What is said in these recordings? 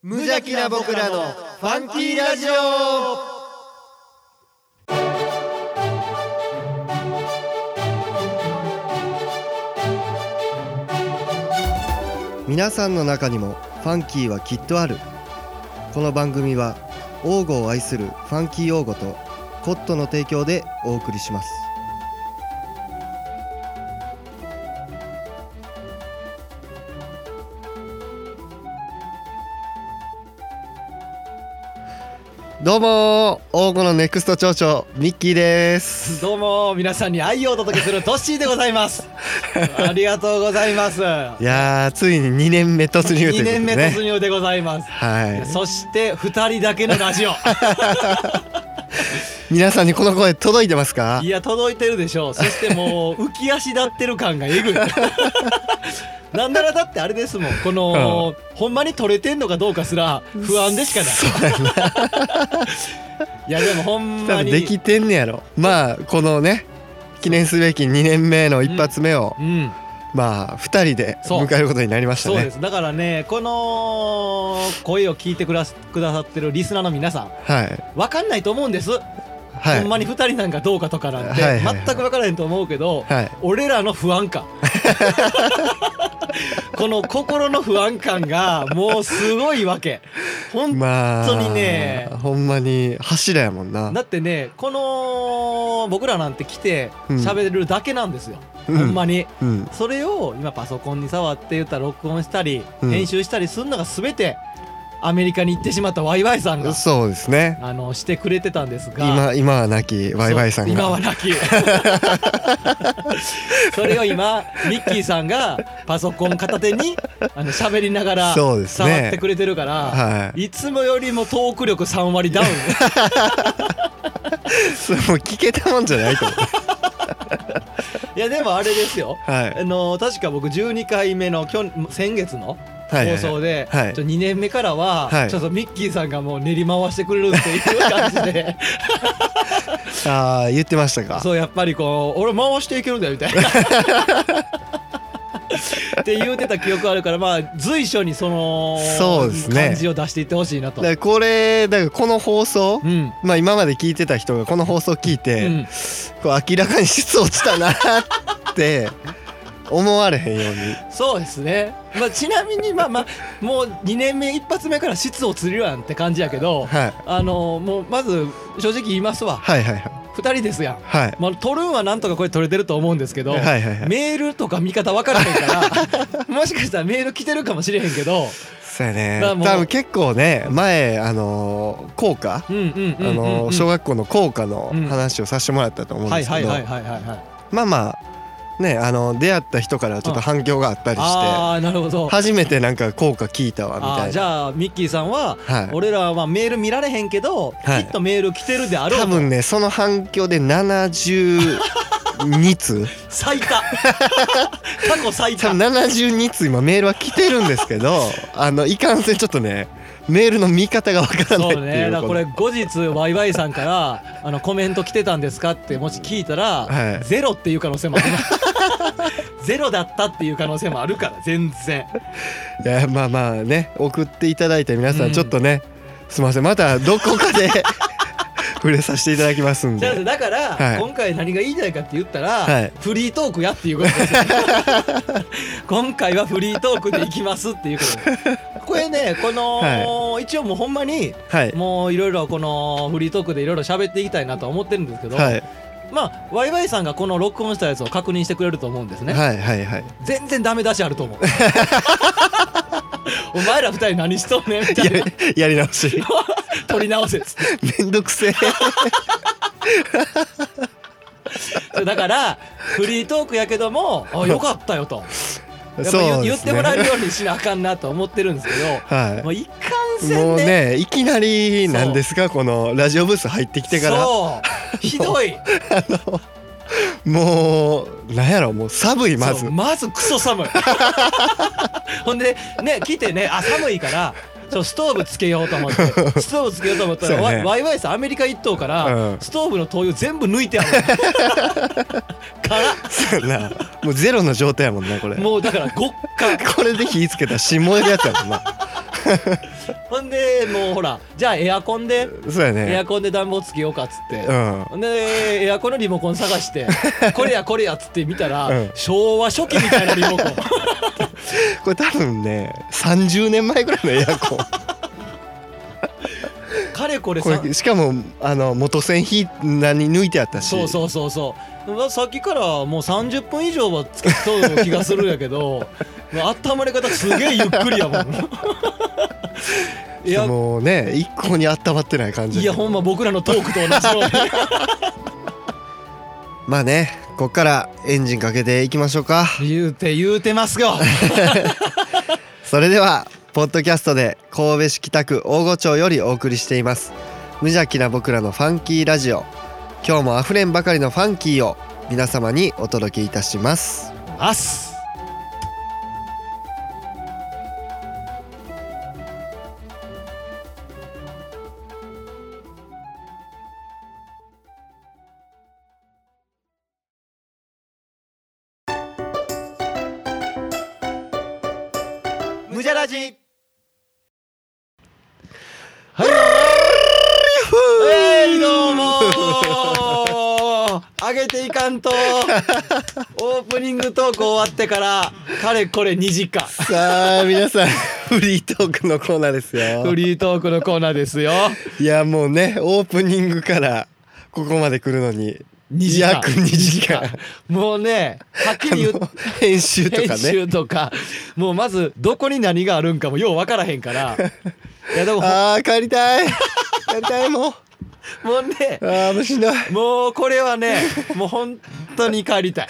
無邪気な僕らのファンキーラジオ。皆さんの中にもファンキーはきっとある。この番組は王語を愛するファンキー王語とコットの提供でお送りします。どうも王語のネクスト町長ミッキーです。 どうも皆さんに愛をお届けするトッシーでございますありがとうございます。いやーついに2年目突入ということでね。 2年目突入でございます。 はい。 そして2人だけのラジオ皆さんにこの声届いてますか？ いや届いてるでしょう。そしてもう浮き足立ってる感がえぐいなんならだってあれですもん、この、ほんまに撮れてんのかどうかすら不安でしかない。 そうやいやでもほんまにできてんねやろ。まあこのね記念すべき2年目の一発目を、まあ2人で迎えることになりましたね。 そうです。だからね、この声を聞いてくださってるリスナーの皆さん、分かんないと思うんです。ほんまに2人なんかどうかとかなんて全く分からへんと思うけど、俺らの不安感この心の不安感がもうすごいわけ。本当にね、 ほんまに柱やもんな。 だってね、この僕らなんて来て喋るだけなんですよ、ほんまに、それを今パソコンに触って言ったら録音したり、編集したりするのが全てアメリカに行ってしまったワイワイさんがそうですね、 してくれてたんですが、 今は亡きワイワイさんが今は亡きそれを今ミッキーさんがパソコン片手に喋りながら触ってくれてるから、いつもよりもトーク力3割ダウンそれもう聞けたもんじゃないと思ういやでもあれですよ、確か僕12回目の先月の放送で、2年目からはちょっとミッキーさんがもう練り回してくれるっていう感じでああ言ってましたか。 そうやっぱりこう俺回していけるんだよみたいなって言ってた記憶あるから、まあ随所にその感じを出していってほしいなと。 だからこの放送、まあ今まで聞いてた人がこの放送聞いて、こう明らかに質落ちたなって思われへんように。 そうですね、まあ、ちなみにもう2年目一発目から質をつるやんって感じやけど、もうまず正直言いますわ、2人ですやん、撮るんはなんとかこれ撮れてると思うんですけど、メールとか見方分からへんからもしかしたらメール来てるかもしれへんけど、 そうやね、多分結構ね前校歌、小学校の校歌の話をさせてもらったと思うんですけど、まあね、出会った人からちょっと反響があったりして、 なるほど、 初めてなんか効果聞いたわみたいな。 じゃあミッキーさんは、俺らはメール見られへんけど、きっとメール来てるであろうと。 多分ねその反響で72通最多過去最多多分72通今メールは来てるんですけどいかんせんちょっとねメールの見方がわからないっていう。そうね、 だからこれ後日ワイワイさんからコメント来てたんですかってもし聞いたら、ゼロっていう可能性もあるゼロだったっていう可能性もあるから全然。 いやまあね、送っていただいて皆さんちょっとね、すみません、またどこかで触れさせていただきますんで。 だから、今回何が言いたいかって言ったら、フリートークやっていうことですよ今回はフリートークでいきますっていうことでこれね、一応もうほんまに、もういろいろこのフリートークでいろいろ喋っていきたいなとは思ってるんですけど、まあワイワイさんがこの録音したやつを確認してくれると思うんですね。全然ダメ出しあると思うお前ら二人何しとんねんみたいなやり直し取り直せっつってめんどくせえだからフリートークやけどもよかったよとやっぱ言ってもらえるようにしなあかんなと思ってるんですけど、もういかんせんね、 もうねいきなりなんですか、このラジオブース入ってきてからそうひどいもうなんやろ、もう寒い、まずクソ寒いほんでね来てね、寒いからストーブつけようと思ってったら、ワイワイさんアメリカ一頭から、ストーブの灯油全部抜いてあるからそうやな、もうゼロの状態やもんなこれ。 もうだから極寒これで火つけたらし燃えるやつやもんなほんでもうほらじゃあエアコンでそうやねエアコンで暖房つけようかっつって、ほんでエアコンのリモコン探してこれやこれやっつって見たら、昭和初期みたいなリモコンこれ多分ね30年前ぐらいのエアコンかれこれしかも元栓何抜いてあったし、 そうさっきからもう30分以上はつけとる気がするんやけど温まり方すげえゆっくりやもんいやもうね一向に温まってない感じ。 いやほんま僕らのトークと同じようにまあねこっからエンジンかけていきましょうか。 言うてますよそれではポッドキャストで神戸市北区大御町よりお送りしています無邪気な僕らのファンキーラジオ。今日もあふれんばかりのファンキーを皆様にお届けいたします。 無邪ラジ。はいどうも上げていかんとオープニングトーク終わってからかれこれ2時間。 さあ皆さんフリートークのコーナーですよ。 フリートークのコーナーですよ。 いやもうねオープニングからここまで来るのに約2時間もうねはっきり言う編集とかもうまずどこに何があるんかもよう分からへんからいやでも帰りたいもうねもうしんどい。 もうこれはねもう本当に帰りたい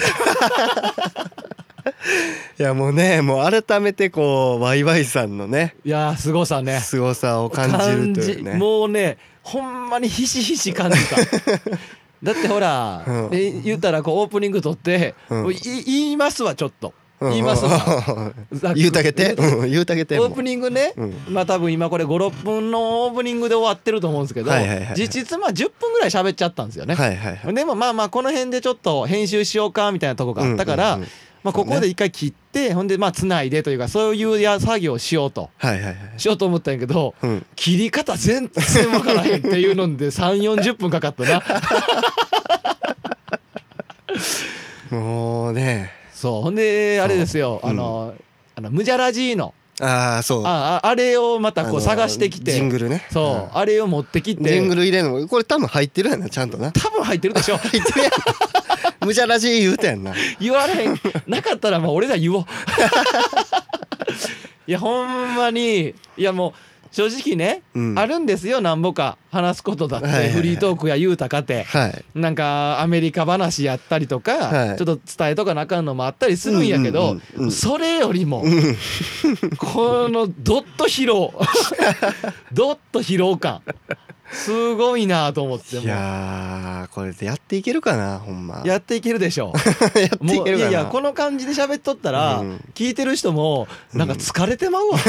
いやもうねもう改めてこうワイワイさんのねいや凄さを感じるというね。 もうねほんまにひしひし感じただってほら、言ったらこうオープニング撮って、言いますわちょっと言いますわ言うたげて言うたげて。 オープニングね、まあ多分今これ 5,6 分のオープニングで終わってると思うんですけど、実質まあ10分ぐらい喋っちゃったんですよね。でもまあこの辺でちょっと編集しようかみたいなとこがあったから、まあここで一回切ってほんでまあつないでというかそういう作業をしようと思ったんやけど、切り方全然わからへんっていうので30-40分かかったなもうねそうほんであれですよムジャラジーのあれをまたこう探してきてジングルね。 そうあれを持ってきてジングル入れるのこれ多分入ってるやんなちゃんとな。 多分入ってるでしょ入ってるやん無邪ラジー言うたやんな。 言われへんなかったらまあ俺ら言おういやほんまにいやもう正直ね、あるんですよなんぼか話すことだって、フリートークや言うたかて、なんかアメリカ話やったりとか、ちょっと伝えとかなあかんのもあったりするんやけど、それよりも、このドット疲労感すごいなと思って。 いやこれでやっていけるかなほんま。 やっていけるでしょやっていけるかな。 いやこの感じで喋っとったら、聞いてる人もなんか疲れてまうわ、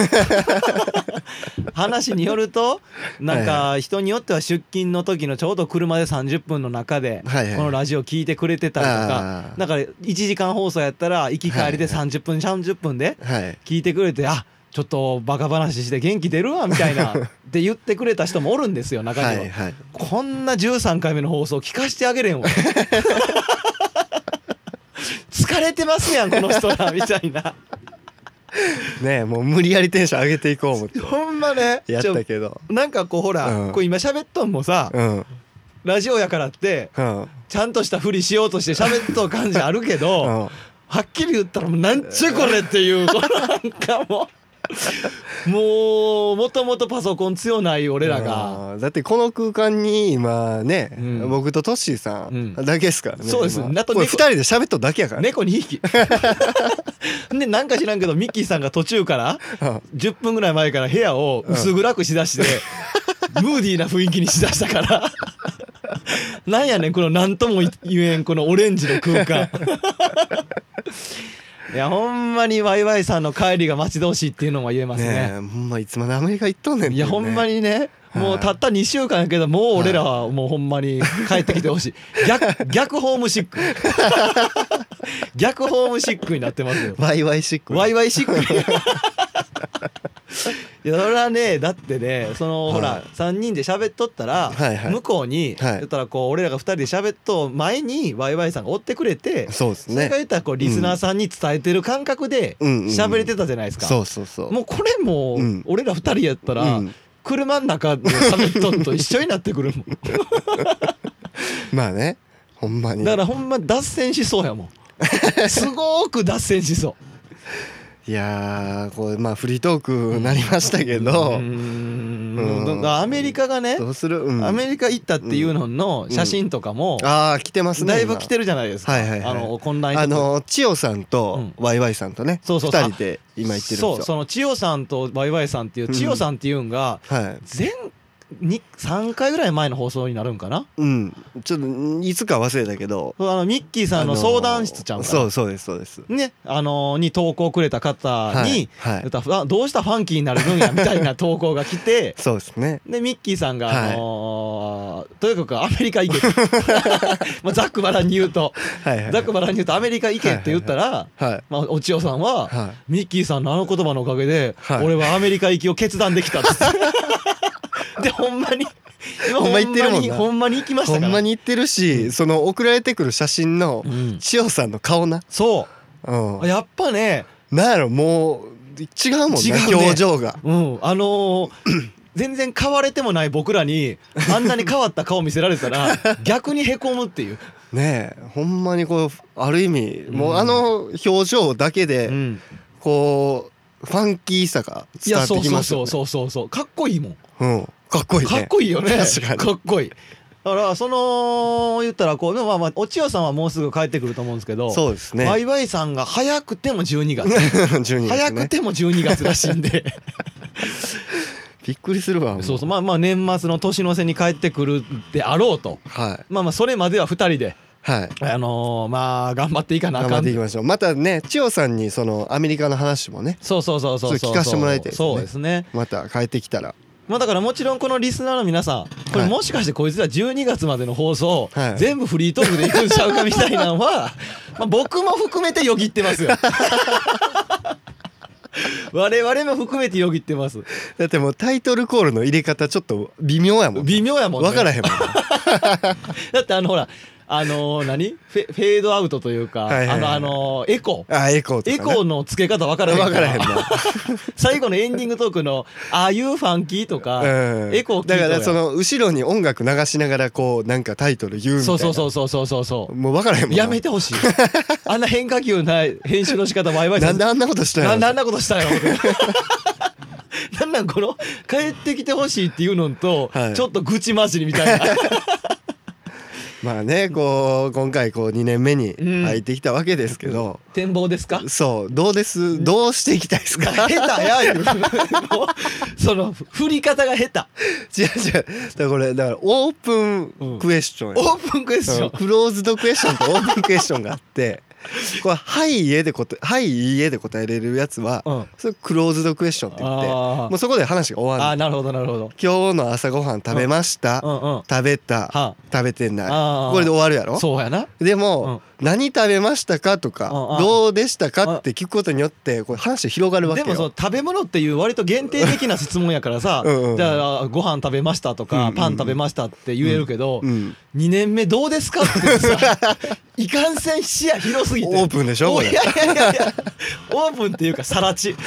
話によるとなんか人によっては出勤の時のちょうど車で30分の中でこのラジオ聞いてくれてたりとか、だから1時間放送やったら行き帰りで30分で聞いてくれて、ちょっとバカ話して元気出るわみたいなって言ってくれた人もおるんですよ中には。こんな13回目の放送聞かしてあげれんわ疲れてますやんこの人らみたいなねえもう無理やりテンション上げていこう思ってほんまねやったけどなんかこうほら、こう今喋っとんもさ、ラジオやからって、ちゃんとしたふりしようとして喋っとる感じあるけど、はっきり言ったらもうなんちゅうこれっていうなんかもともとパソコン強ない俺らがだってこの空間に今ね、僕とトッシーさんだけですからね。 そうです。あとこれ2人で喋っとるだけやから。 猫2匹でなんか知らんけどミッキーさんが途中から10分ぐらい前から部屋を薄暗くしだしてムーディーな雰囲気にしだしたからなんやねんこの何とも言えんこのオレンジの空間いやほんまにワイワイさんの帰りが待ち遠しいっていうのも言えますね。 ほんまいつまでアメリカ行っとんねんって、 いやほんまにねもうたった2週間やけどもう俺らはもうほんまに帰ってきてほしい逆ホームシック逆ホームシックになってますよ。 ワイワイシックワイワイシックいやそれはねだってねその、ほら3人で喋っとったら、向こうに、言ったらこう俺らが2人で喋っと前にワイワイさんが追ってくれて、 そうですね、 それが言ったらこうリスナーさんに伝えてる感覚で喋れてたじゃないですか。 そうそうそう。 もうこれも俺ら2人やったら、車の中で喋っとんと一緒になってくるもんまあね、ほんまにだからほんま脱線しそうやもんすごく脱線しそう。 いやこれまあフリートークになりましたけど、 アメリカがね、 どうする、 アメリカ行ったっていうのの写真とかも、 来てますね。 だいぶ来てるじゃないですか。混乱千代さんとワイワイさんとね、2人で今行ってるんですよ。 その千代さんとワイワイさんっていう千代さんっていうんが3回ぐらい前の放送になるんかな。 ちょっといつか忘れたけど、 ミッキーさんの相談室ちゃうかな。 そうですね、に投稿くれた方に、どうしたファンキーになれるんやみたいな投稿が来てそうですね。 でミッキーさんが、とにかくアメリカ行けまあざっくばらんに言うとアメリカ行けって言ったら、お千代さんは、ミッキーさんのあの言葉のおかげで、俺はアメリカ行きを決断できたってでほんまに行ってるもんな。 ほんまに行きましたから。 ほんまに行ってるし、その送られてくる写真の千代さんの顔な、 そう、やっぱね、 なんやろ、もう違うもんね、表情が。 全然変われてもない僕らにあんなに変わった顔見せられたら逆にへこむっていうねえ、ほんまにこうある意味もうあの表情だけでこうファンキーさが伝わってきますよね。 そうかっこいいもん。 かっこいいね。 かっこいいよね。 確かにかっこいい。だからその言ったらこうお千代さんはもうすぐ帰ってくると思うんですけど、 そうですね。 ワイワイさんが早くても12月早くても12月らしいんでびっくりするわ。 そうまあ年末の年の瀬に帰ってくるであろうと、まあそれまでは2人でまあ頑張っていかなあかん。 頑張っていきましょう。またね、千代さんにそのアメリカの話もね、 そう聞かせてもらいたいですね。 そうですね。 また帰ってきたら。 まあだからもちろんこのリスナーの皆さん、これもしかしてこいつら12月までの放送全部フリートークでいくんちゃうかみたいなのは僕も含めてよぎってますよ我々も含めてよぎってます。 だってもうタイトルコールの入れ方ちょっと微妙やもんね。分からへんもんだってほら何フェードアウトというか、エコーの付け方分からへんな最後のエンディングトークのああいうファンキーとか、エコー聞いただからその後ろに音楽流しながらこうなんかタイトル言うみたいな。 そうもう分からへんもんな。 やめてほしいあんな変化球ない編集の仕方ワイワイなんであんなことしたんやろ。 なんであんなことしたんやろなんこの帰ってきてほしいっていうのと、ちょっと愚痴混じりみたいなまあね、こう今回こう2年目に入ってきたわけですけど、 展望ですか。 そうどうどうしていきたいですか。 下手やその振り方が下手。 違うだからこれだからオープンクエスチョン、 オープンクエスチョン、 クローズドクエスチョンとオープンクエスチョンがあってこれはいいえで答えれるやつは、それクローズドクエスチョンって言って、もうそこで話が終わる。 なるほど。 今日の朝ごはん食べました、食べた、食べてない、これで終わるやろ。 そうやな。 でも、何食べましたかとか、どうでしたかって聞くことによってこれ話広がるわけよ。 でも食べ物っていう割と限定的な質問やからさじゃあご飯食べましたとか、パン食べましたって言えるけど、2年目どうですかってさいかんせん視野広すぎて。 オープンでしょこれ。 いやオープンっていうかさらち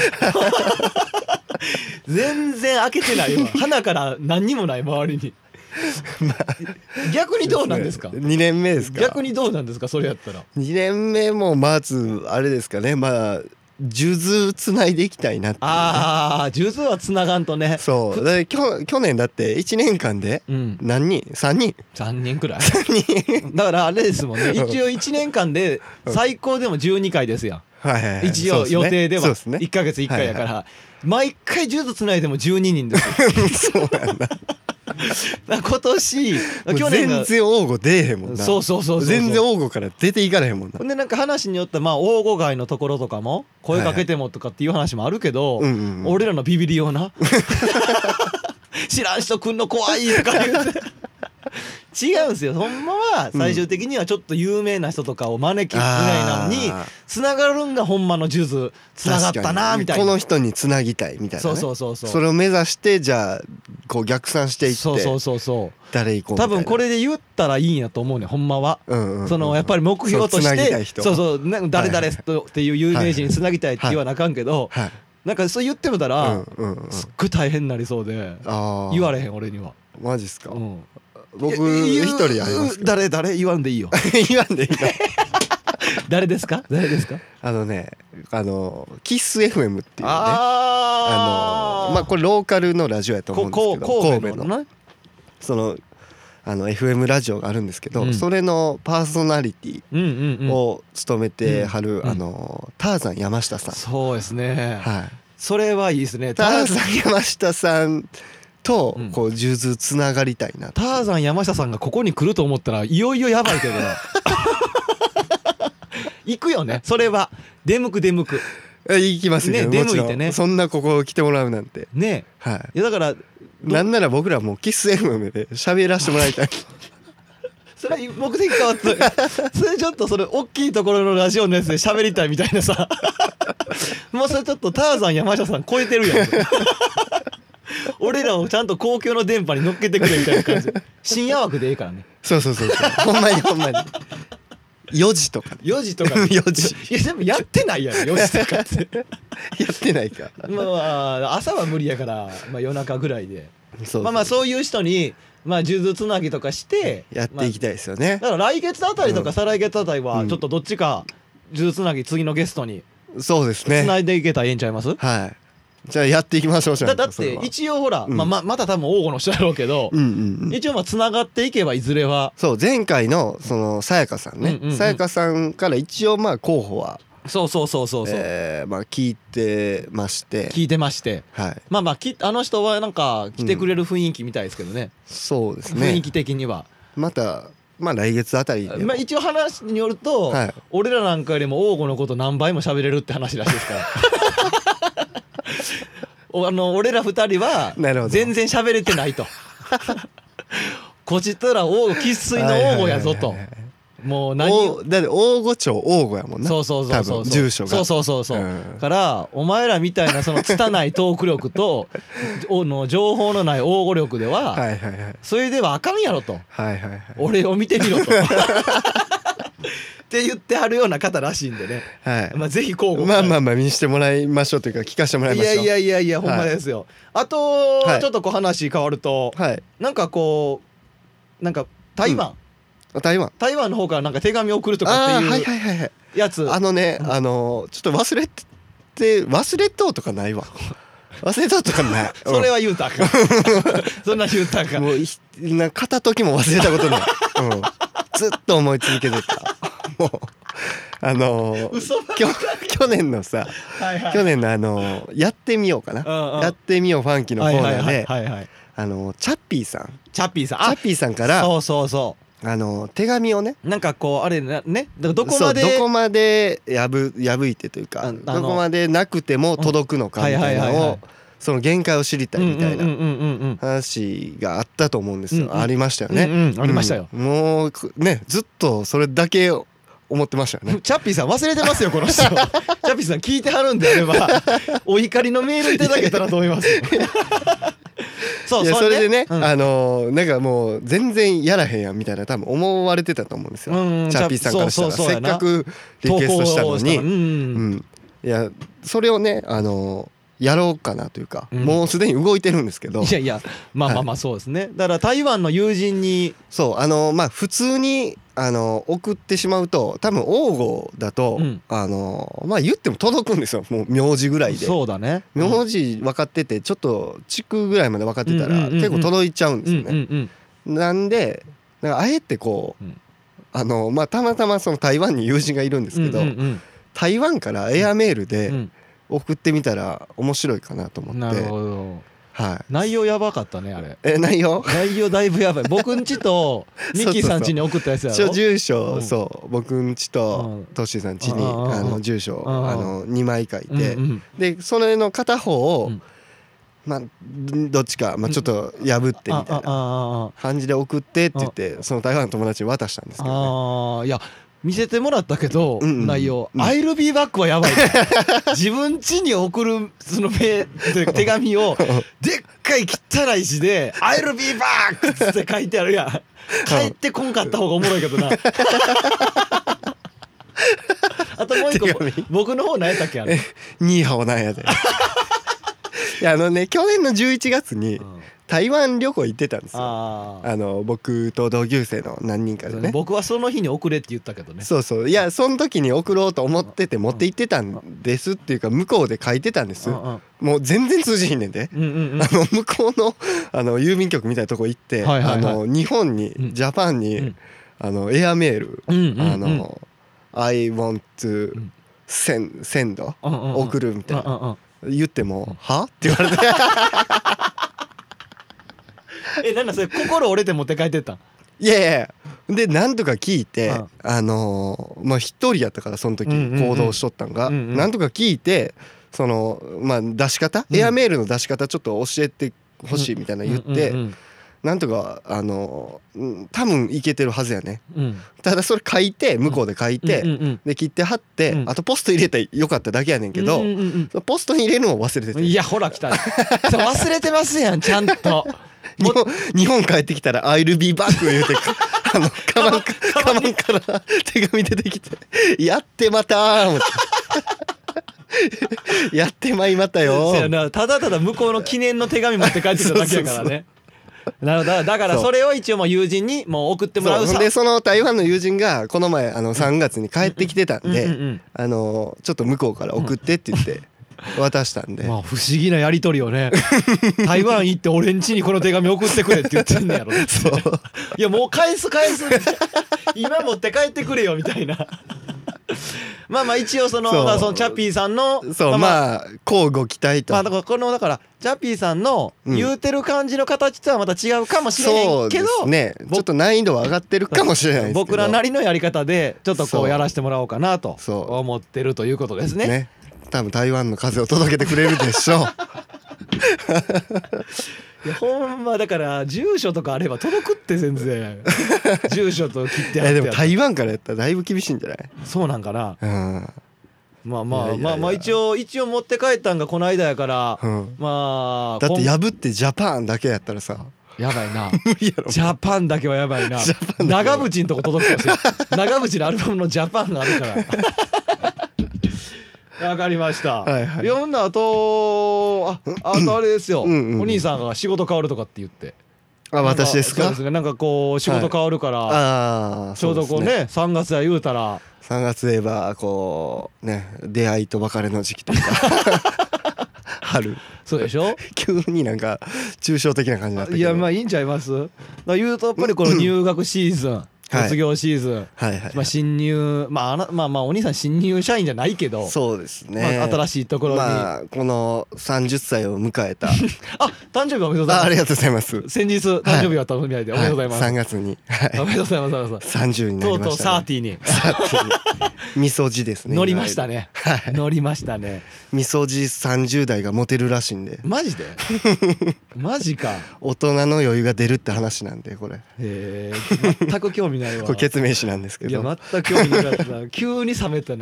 全然開けてないわ。鼻から何にもない周りに逆にどうなんですか。 2年目ですか。 逆にどうなんですかそれやったら。 2年目もまずあれですかね、まあ数珠つないでいきたいなって。 数珠はつながんとね。 そうだ去年だって1年間で何人、3人くらいだからあれですもんね。一応1年間で最高でも12回ですやん。一応予定では1ヶ月1回やから毎回数珠つないでも12人ですよ。そうやな今年去年全然王吾出えへんもんな。 そう全然王吾から出ていかれへんもんな。 でなんか話によって王吾街のところとかも声かけてもとかっていう話もあるけど、俺らのビビりような知らん人来んの怖いとか言うて違うんですよ。ほんまは最終的にはちょっと有名な人とかを招きみたいなのにつながるんがほんまの数珠つながったなみたいな。 この人につなぎたいみたいな、ね、 そうそれを目指してじゃあこう逆算していってそう誰行こうみたいな。 多分これで言ったらいいんやと思うねほんまは、そのやっぱり目標としてそう誰々っていう有名人につなぎたいって言わなあかんけど、なんかそう言ってみたらすっごい大変になりそうで言われへん俺には。 マジっすか。僕一人あります。 誰言わんでいいよ。 言わんでいいか。 誰ですか。 キッス FM っていうね、まあこれローカルのラジオやと思うんですけど、神戸のそのFM ラジオがあるんですけど、それのパーソナリティを務めてはるターザン山下さん。 そうですね。はい。それはいいですね。 ターザン山下さんとこう数珠つながりたいな。 ターザン山下さんがここに来ると思ったらいよいよやばいけどな。行くよね。それは出向く行きますね。出向いてね。そんなここ来てもらうなんてね。 はい。 いやだからなんなら僕らもうキス FM で喋らせてもらいたい。 それは目的変わってそれちょっとそれ大きいところのラジオのやつで喋りたいみたいなさ。もうそれちょっとターザン山下さん超えてるやん。俺らをちゃんと公共の電波に乗っけてくれみたいな感じ。深夜枠でいいからね。 そうほんまに4時とか 4時いやでもやってないやん4時とかってやってないか。 まあ朝は無理やから、まあ、夜中ぐらいでまあそういう人にまあ数珠つなぎとかしてやっていきたいですよね。 だから来月あたりとか再来月あたりはちょっとどっちか数珠つなぎ次のゲストにそうですねつないでいけたらええんちゃいます。 はい。じゃあやっていきましょう。 だって一応ほら、また多分王吾の人やろうけど、一応まあつながっていけばいずれはそう前回のそのさやかさんね、さやかさんから一応まあ候補はそうまあ聞いてまして、はい、 まああの人はなんか来てくれる雰囲気みたいですけどね、 そうですね。 雰囲気的にはまたまあ来月あたりでまあ一応話によると、俺らなんかよりも王吾のこと何倍も喋れるって話らしいですから。俺ら二人は全然喋れてないと。こちとら生粋の王吾やぞと。もうだって大御町大御やもんな。 そう住所がそうからお前らみたいなその拙いトーク力と情報のない大御力ではそれではあかんやろと。俺を見てみろと。って言ってはるような方らしいんでね、まあぜひ交互まあ見してもらいましょうというか聞かせてもらいましょう。 いやほんまですよ。あとちょっとこう話変わるとなんかこうなんか台湾の方からなんか手紙送るとかっていうやつちょっと忘れとうとかないわ。忘れとうとかない。 それは言うたらあかん。そんな言うたらあかん。 もう片時も忘れたことない。ずっと思い続けてた。もう去年のさ、去年のやってみようかな、やってみようファンキーのコーナーでチャッピーさんから手紙をねなんかこうあれねどこまで破いてというかどこまでなくても届くのかみたいなのをその限界を知りたいみたいな話があったと思うんですよ。ありましたよね。 ありましたよ。 もうねずっとそれだけ思ってましたよね。 チャッピーさん忘れてますよこの人。チャッピーさん聞いてはるんであればお怒りのメールいただけたらと思います。 それでねなんかもう全然やらへんやんみたいな多分思われてたと思うんですよ。チャッピーさんからしたらせっかくリクエストしたのにいやそれをねやろうかなというか、もうすでに動いてるんですけど、 いやまあそうですね。だから台湾の友人にそうまあ普通に送ってしまうと多分王吾だと、まあ言っても届くんですよ。もう名字ぐらいで。 そうだね。 名字分かっててちょっと地区ぐらいまで分かってたら結構届いちゃうんですよね。なんであえてこうまあたまたまその台湾に友人がいるんですけど、台湾からエアメールで送ってみたら面白いかなと思って。 なるほど。内容やばかったねあれ。 内容だいぶやばい。僕んちとミッキーさんちに送ったやつやろ。 住所僕んちとトッシーさんちに住所2枚書いてでそれの片方をまあどっちか、まあ、ちょっと破ってみたいな感じで送ってって言ってその台湾の友達に渡したんですけどね。 いや見せてもらったけど、内容、I'll be back はやばい、ね、自分家に送るその手紙をでっかい汚い字で I'll be back って書いてあるやん。帰ってこんかった方がおもろいけどな。あともう一個僕の方何やったっけ、 ニーハオなんやで。いや去年の11月に台湾旅行行ってたんですよ。僕と同級生の何人かでね。 僕はその日に送れって言ったけどね。 そうそう、いやその時に送ろうと思ってて持って行ってたんですっていうか向こうで書いてたんです。もう全然通じひんねんで。向こうの郵便局みたいなとこ行って日本にジャパンにエアメールI want to send 送るみたいな言ってもはって言われて。 なんだそれ心折れて持って帰ってったん？ いやいやでなんとか聞いてまあ一人やったからその時行動しとったんがなんとか聞いてそのまあ出し方エアメールの出し方ちょっと教えてほしいみたいな言ってなんとか多分いけてるはずやね。ただそれ書いて向こうで書いてで切って貼ってあとポスト入れたらよかっただけやねんけどポストに入れるのを忘れてて。 いやほら来た忘れてますやんちゃんと。 日本帰ってきたら I'll be back 言うてカバンから手紙出てきてやってまたー思ってやってまいまたよ。 ただただ向こうの記念の手紙持って帰ってきただけやからね。なるほど。だからそれを一応もう友人にもう送ってもらうさ。 でその台湾の友人がこの前3月に帰ってきてたんでちょっと向こうから送ってって言って渡したんで。 まあ不思議なやり取りをね。台湾行って俺ん家にこの手紙送ってくれって言ってんねやろ。そう。いやもう返す今持って帰ってくれよみたいな。まあまあ一応そのチャッピーさんのまあ交互期待と。 まあだからチャッピーさんの言うてる感じの形とはまた違うかもしれへんけど、 そうですね。ちょっと難易度は上がってるかもしれないですけど。 僕らなりのやり方でちょっとこうやらせてもらおうかなと思ってるということですね。 多分台湾の風を届けてくれるでしょう。 いやほんまだから住所とかあれば届くって全然。住所と切ってあって。 でも台湾からやったらだいぶ厳しいんじゃない？ そうなんかな。まあ一応持って帰ったんがこの間やから、まあだって破ってジャパンだけやったらさやばいな。ジャパンだけはやばいな。長渕んとこ届くかもしれない。長渕のアルバムのジャパンがあるから。わかりました。読んだ後あとあれですよ。お兄さんが仕事変わるとかって言って。 私ですか？ そうですね。なんかこう仕事変わるからちょうどこうね3月や言うたら 3月で言えばこうね出会いと別れの時期とか春。 そうでしょ。 急になんか抽象的な感じになったけど。 いやまあいいんちゃいます。言うとやっぱりこの入学シーズン。卒業シーズン、まあ新入まあお兄さん新入社員じゃないけどそうですね、 新しいところにこの30歳を迎えた誕生日おめでとうございます。 ありがとうございます。 先日誕生日はったみたいでおめでとうございます。 3月におめでとうございます。 30になりましたね。 とうとう30にみそじですね。 乗りましたね。乗りましたね。 みそじ30代がモテるらしいんで。 マジでマジか。 大人の余裕が出るって話なんでこれ。 全く興味ないわ。 これ決命詞なんですけど。 いや全く興味なかったな。急に冷めたな。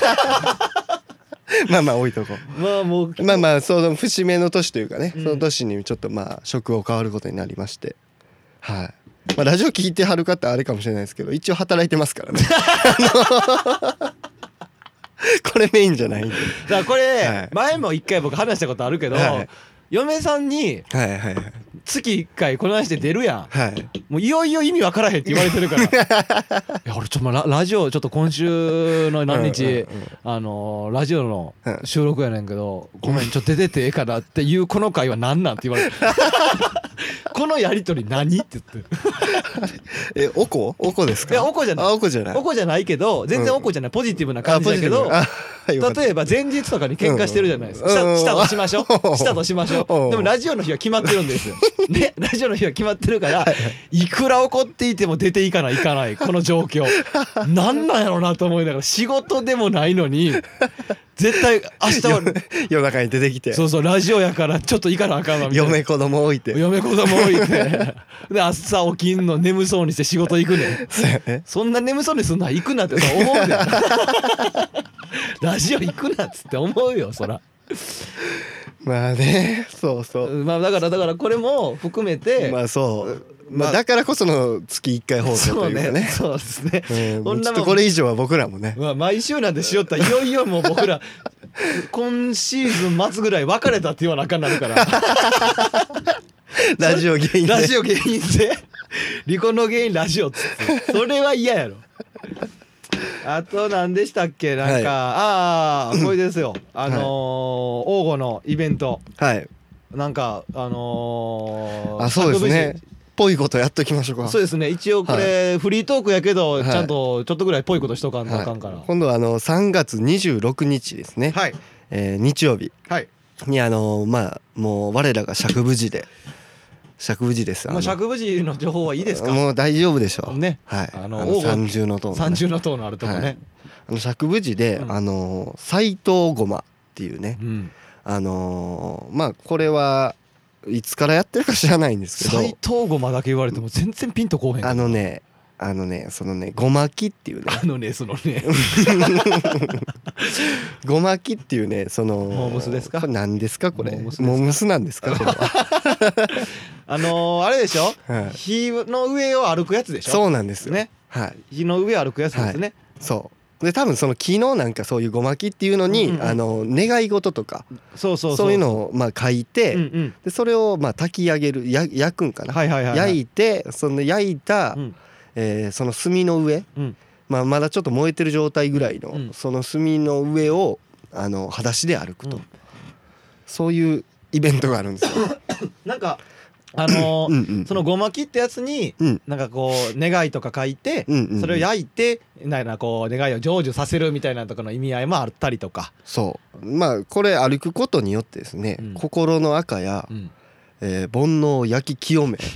まあまあ置いとこう。まあその節目の年というかね、その年にちょっとまあ職を変わることになりまして、はい。まあラジオ聞いてはる方あれかもしれないですけど、一応働いてますからね。これメインじゃないんで。 だからこれ前も一回僕話したことあるけど、嫁さんに月1回この話で出るやん、もういよいよ意味わからへんって言われてるから。いや俺ラジオちょっと今週の何日ラジオの収録やねんけど、ごめんちょっと出ててええかなっていうこの回は何なんって言われて。 このやり取り何って言っておこですか？ いやおこじゃない、 おこじゃない、 おこじゃないけど全然おこじゃない、ポジティブな感じだけど、例えば前日とかに喧嘩してるじゃないですか、したとしましょうしたとしましょうでもラジオの日は決まってるんですよね、ラジオの日は決まってるからいくら怒っていても出ていかないこの状況なんなんやろうなと思いながら、仕事でもないのに絶対明日は夜中に出てきて、 そうラジオやからちょっと行かなあかんわみたいな、 嫁子供置いてで朝起きんの眠そうにして仕事行くねそんな眠そうにすんのは行くなって思うよラジオ行くなっつって思うよそら。 まあね、そうまあだからこれも含めてまあまあだからこその月1回放送というかね。 そうですね。 ちょっとこれ以上は僕らもね。 まあ毎週なんでしよったらいよいよもう僕ら今シーズン末ぐらい別れたって言わなあかんなるから。 ラジオ原因で離婚の原因ラジオっつってそれは嫌やろ。あと何でしたっけ、なんか、これですよ、王吾のイベント、なんかそうですね、ぽいことやっときましょうか。 そうですね、一応これフリートークやけどちゃんとちょっとぐらいぽいことしとかんとあかんから、 今度は3月26日ですね、日曜日にまあもう我らが釈部寺です。 釈部寺の情報はいいですか？ もう大丈夫でしょうね。 三重の塔のあるとこね。 釈部寺で斎藤ごまっていうね、まあこれはいつからやってるか知らないんですけど、 斎藤ごまだけ言われても全然ピンとこうへん。 そのねごまきっていうねそのねごまきっていうね、そのモームスですか？ これ何ですか？これモームスなんですか？これはあれでしょ、火の上を歩くやつでしょ。 そうなんですよね。 火の上歩くやつですね。 そうで、多分その木のなんかそういうごまきっていうのに願い事とかそういうのをまあ書いて、でそれをまあ炊き上げる、焼くんかな、焼いて、その焼いたその炭の上、まだちょっと燃えてる状態ぐらいのその炭の上を裸足で歩くと、そういうイベントがあるんですよ。 なんかそのごまきってやつになんかこう願いとか書いて、それを焼いてなんかこう願いを成就させるみたいなところの意味合いもあったりとか、 まあこれ歩くことによってですね、心の赤や煩悩を焼き清め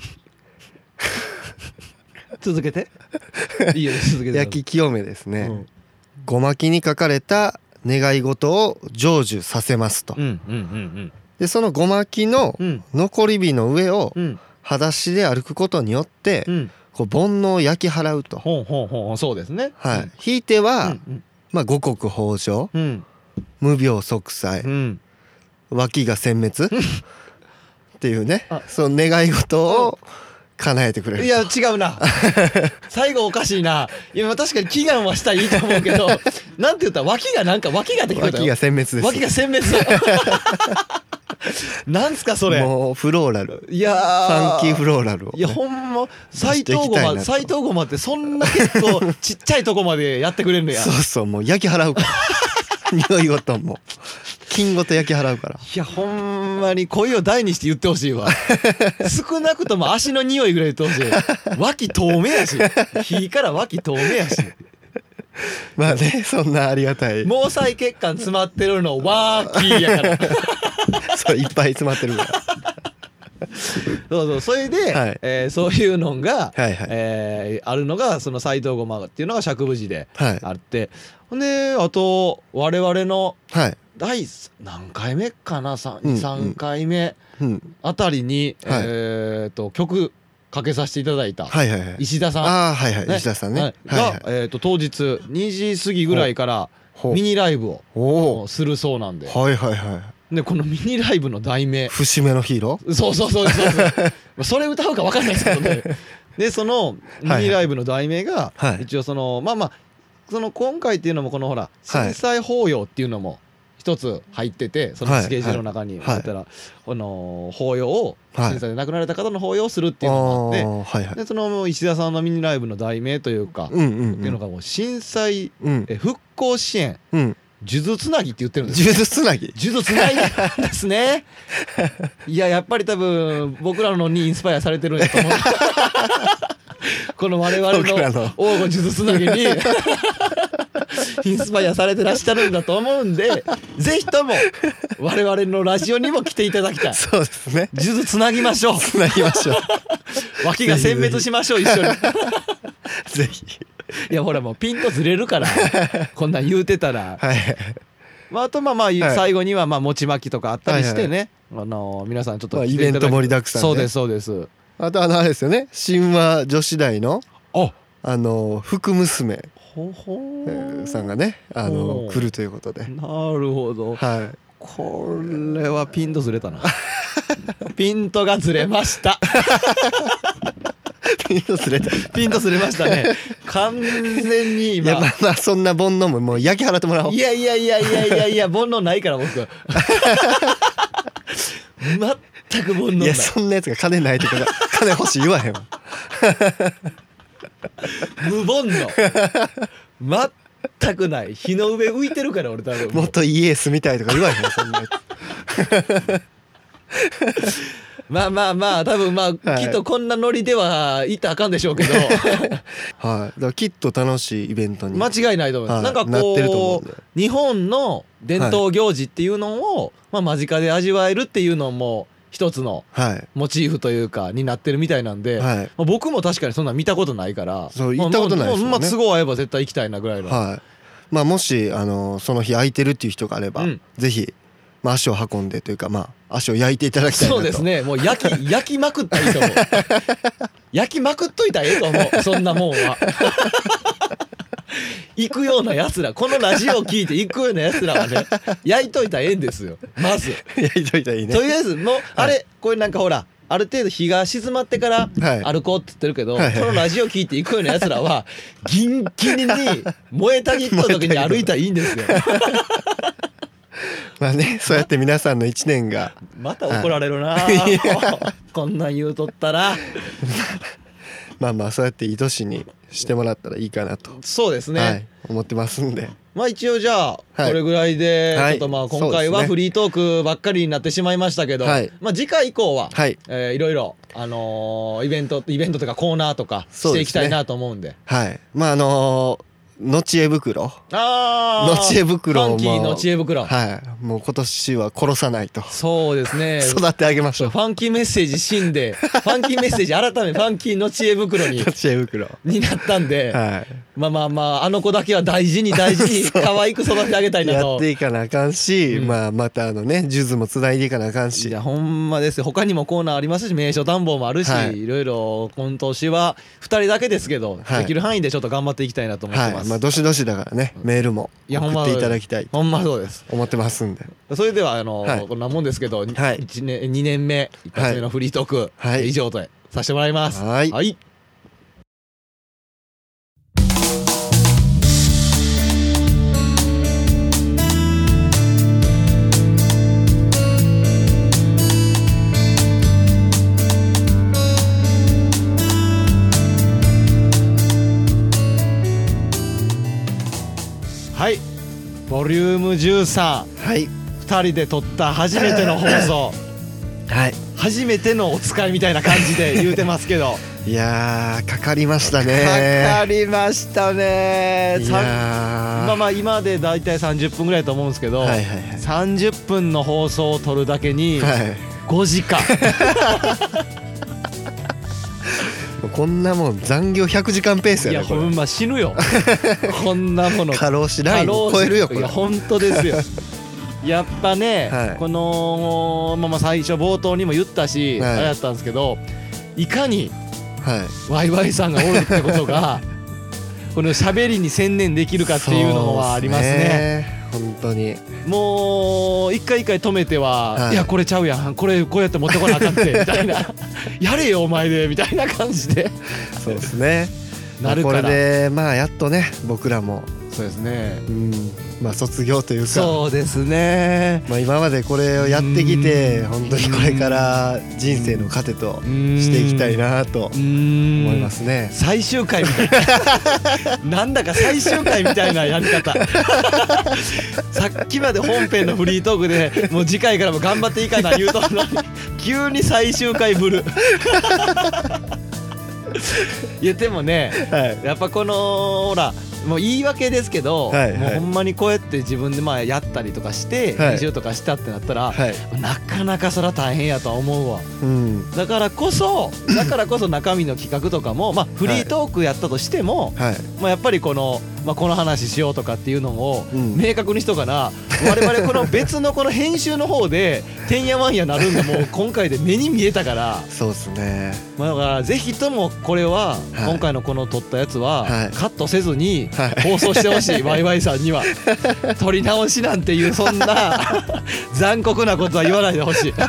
続けていいよ、続けて。 焼き清めですね、ごまきに書かれた願い事を成就させますと。でそのごまきの残り火の上を裸足で歩くことによってこう煩悩を焼き払うと。 そうですね。 ひいてはまあ五穀豊穣、無病息災、脇が殲滅っていうね、その願い事を叶えてくれる。 いや違うな最後おかしいな。いや確かに祈願はしたらいいと思うけどなんて言ったら脇がって聞こえたよ。 脇が殲滅です。 脇が殲滅なんすかそれ。 もうフローラル、 いやファンキーフローラルを、 いやほんま斎藤ごまってそんな結構ちっちゃいとこまでやってくれるのや。 そうもう焼き払うから匂いごとも金ごと焼き払うから。 いやほんまに声を大にして言ってほしいわ少なくとも足の匂いぐらい言ってほしい。脇透明やし、火から脇透明やしまあね、そんなありがたい毛細血管詰まってるのワーキーやからそういっぱい詰まってるからそれで、そういうのが、あるのがその斎藤ごまっていうのが釈部寺であって、ほんであと我々の第何回目かな、3回目あたりに、曲かけさせていただいた石田さん、 石田さんねが当日2時過ぎぐらいからミニライブをするそうなんで、でこのミニライブの題名節目のヒーロー、 そうそれ歌うか分かんないですけどねでそのミニライブの題名が一応そのその今回っていうのもこのほら震災法要っていうのも一つ入ってて、そのスケジュールの中に入ったらこの法要を震災で亡くなられた方の法要をするっていうのがあって、でその石田さんのミニライブの題名というかっていうのがもう震災復興支援数珠つなぎって言ってるんです。 数珠つなぎ。 数珠つないですね。いややっぱり多分僕らのにインスパイアされてるんだと思う。この我々の黄金数珠つなぎにインスパイアされてらっしゃるんだと思うんで、ぜひとも我々のラジオにも来ていただきたい。 そうですね。 数珠つなぎましょう。 つなぎましょう。 脇が殲滅しましょう一緒に。 ぜひ。 いやほらもうピンとずれるからこんなん言うてたら、 はい、 あと最後には餅巻きとかあったりしてね、皆さんちょっとイベント盛りだくさんで。 そうですそうです。 あとあれですよね、神話女子大の福娘さんがね来るということで。 なるほど、はい、これはピンとずれたな。ピントがずれました。 ピンとずれた。 ピンとずれましたね。完全に今。 いやまあそんな煩悩ももう焼き払ってもらおう。 いや煩悩ないから僕。全く煩悩ない。 いやそんなやつが金ないとか金欲しい言わへんわ。 無煩悩。全くない。火の上浮いてるから俺多分。 もっと家住みたいとか言わへんそんなやつ。 まあ多分きっとこんなノリではいったらあかんでしょうけど。はい。 だからきっと楽しいイベントに間違いないと思います。なんかこう日本の伝統行事っていうのを間近で味わえるっていうのも一つのモチーフというかになってるみたいなんで、僕も確かにそんな見たことないから、 そう行ったことないですもんね。 都合合えば絶対行きたいなぐらいの。 はい。もしその日空いてるっていう人があればぜひ。足を運んでというか足を焼いていただきたいなと。 そうですね。もう焼きまくったらいいと思う。焼きまくっといたらええと思う。そんなもんは。行くようなやつら、このラジオを聞いて行くようなやつらはね、焼いといたらええんですよ。まず焼いといたらいいね。 とりあえずもうこれなんかほらある程度日が沈まってから歩こうって言ってるけど、このラジオ聞いて行くようなやつらはギンギンに燃えたぎった時に歩いたらいいんですよ。 そうやって皆さんの1年がまた怒られるな。こんなん言うとったら。 そうやっていい年にしてもらったらいいかなと。 そうですね、 思ってますんで。 一応じゃあこれぐらいでちょっと今回はフリートークばっかりになってしまいましたけど、次回以降はいろいろイベントというかコーナーとかしていきたいなと思うんで。 のちえ袋。のちえ袋も。 ファンキーのちえ袋。 もう今年は殺さないと。 そうですね。 育ってあげましょう。 ファンキーメッセージ死んで、ファンキーメッセージ改めファンキーのちえ袋になったんで、あの子だけは大事に可愛く育ててあげたいなと。 やっていかなあかんし、また数珠もつないでいかなあかんし。 いやほんまですよ。他にもコーナーありますし、名所探訪もあるし、いろいろ今年は2人だけですけど、できる範囲でちょっと頑張っていきたいなと思ってます。 どしどしだからね、メールも送っていただきたい。 ほんまそうです。 思ってますんで。 それではこんなもんですけど、2年目一発目のフリートーク以上とさせてもらいます。はい。はい、ボリューム13、2人で撮った初めての放送、初めてのお使いみたいな感じで言うてますけど。 いやーかかりましたね。 かかりましたね。今でだいたい30分ぐらいと思うんですけど、30分の放送を撮るだけに5時間。 こんなもん残業100時間ペースやな。 いやほんま死ぬよ。こんなもの過労死ライン超えるよこれ。 いや本当ですよ。やっぱね、この最初冒頭にも言ったし、あれやったんですけど、いかにワイワイさんがおるってことがこの喋りに専念できるかっていうのはありますね。 本当にもう一回止めては、いやこれちゃうやん、これこうやって持ってこなあかんってみたいな、やれよお前でみたいな感じで。 そうですね。 なるからこれでやっとね僕らもそうですね、 まあ卒業というか、 そうですね、 まあ今までこれをやってきて本当にこれから人生の糧としていきたいなと思いますね。 最終回みたいななんだか最終回みたいなやり方さっきまで本編のフリートークでもう次回からも頑張っていいかな言うとのに急に最終回ぶるいやでもね、やっぱこのほらもう言い訳ですけど、もうほんまにこうやって自分でまあやったりとかして編集とかしたってなったら、なかなかそれは大変やとは思うわ、だからこそ中身の企画とかもまあフリートークやったとしても、まあやっぱりこの話しようとかっていうのを明確にしとかな、我々この別のこの編集の方でてんやわんやなるんがもう今回で目に見えたからそうですね、 まあだからぜひともこれは今回のこの撮ったやつはカットせずに放送してほしい、ワイワイさんには撮り直しなんていうそんな残酷なことは言わないでほしい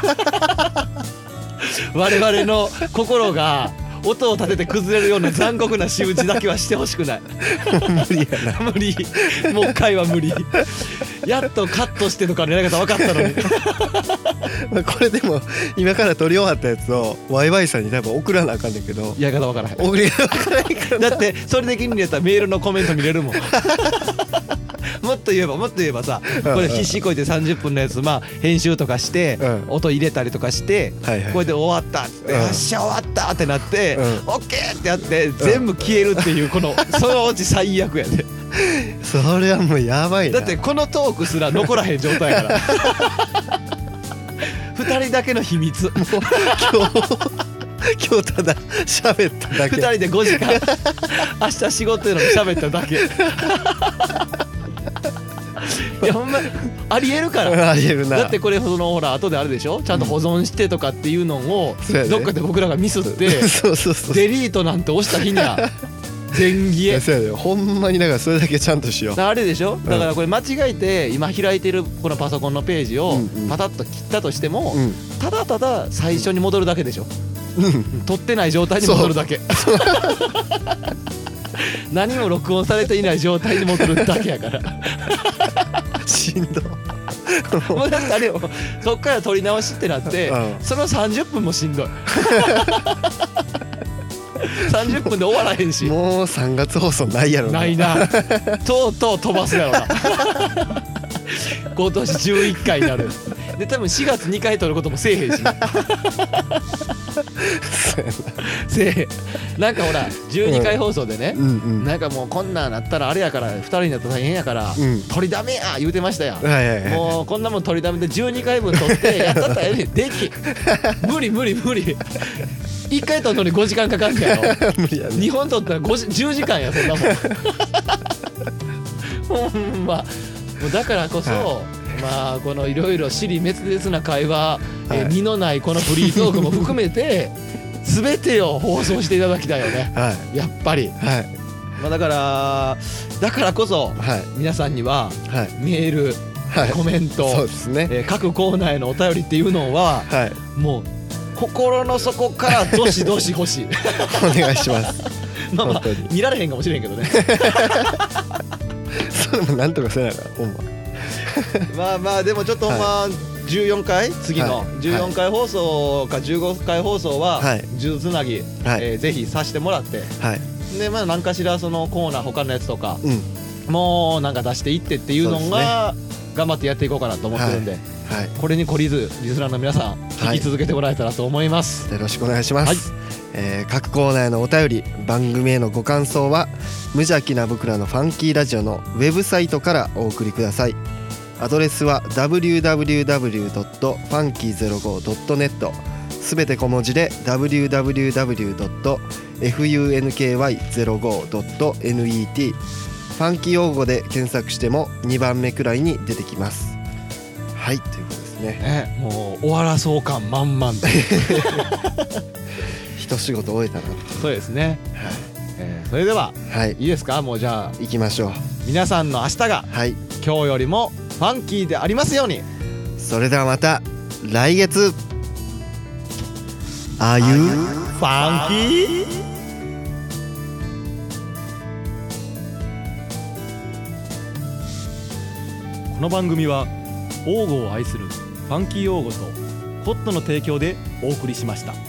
我々の心が音を立てて崩れるような残酷な仕打ちだけはしてほしくない無理やな無理、もう一回は無理やっとカットしてとかのやり方分かったのにまあこれでも今から撮り終わったやつをワイワイさんに多分送らなあかんねんけど、 やり方分からへん、 送り方分からへんからだってそれで気に入れたらメールのコメント見れるもんもっと言えばさ、これ必死こいて30分のやつまあ編集とかして音入れたりとかしてこれで終わったってよっしゃ終わったってなってオッケーってやって全部消えるっていうこのそのうち最悪やでそれはもうやばいな、 だってこのトークすら残らへん状態やから2人だけの秘密もう今日ただ喋っただけ、 2人で5時間明日仕事やのに喋っただけいやほんまありえるからありえるな、 だってこれそのほら後であるでしょ、ちゃんと保存してとかっていうのをどっかで僕らがミスってデリートなんて押した日には全消え、 そうやでほんまにだからそれだけちゃんとしよう、 あれでしょ、だからこれ間違えて今開いてるこのパソコンのページをパタッと切ったとしてもただただ最初に戻るだけでしょ、撮ってない状態に戻るだけ何も録音されていない状態に戻るだけやからしんどもうだってあれよ、そっから撮り直しってなって、その30分もしんどい30分で終わらへんし、 もう3月放送ないやろな、 ないなとうとう飛ばすやろな今年11回になるで多分4月2回撮ることもせえへんしせえへん、なんかほら12回放送でね、なんかもうこんなんなったらあれやから2人になったら大変やから、撮りだめや言うてましたやん、もうこんなもん撮りだめで12回分撮ってやったったらええねんでき無理1回撮るのに5時間かかんねやろ無理やね、2本撮ったら10時間やそんなもんほんまもうだからこそ、まあこのいろいろ支離滅裂な会話、身のないこのフリートークも含めて全てを放送していただきたいよね、やっぱり、まあだからこそ、皆さんには、メール、コメント、 そうですね、 各コーナーへのお便りっていうのは、もう心の底からどしどし欲しいお願いしますまあ見られへんかもしれんけどねそれもなんとかせながらほんままあでもちょっとほんま14回次の14回放送か15回放送は数珠つなぎぜひさせてもらって、でまあ何かしらそのコーナー他のやつとかもうなんか出していってっていうのが頑張ってやっていこうかなと思ってるんで、これに懲りずリスナーの皆さん聞き続けてもらえたらと思います、 よろしくお願いします、各コーナーへのお便り番組へのご感想は無邪気な僕らのファンキーラジオのウェブサイトからお送りください。アドレスは www.funky05.net すべて小文字で www.funky05.net ファンキー用語で検索しても2番目くらいに出てきます。はいということですね。 もう終わらそう感満々で一仕事終えたな。 そうですね、それでは、いいですか、もうじゃあ行きましょう。 皆さんの明日が、今日よりもファンキーでありますように。 それではまた来月。Are you funky? この番組は王語を愛するファンキー王語とホットの提供でお送りしました。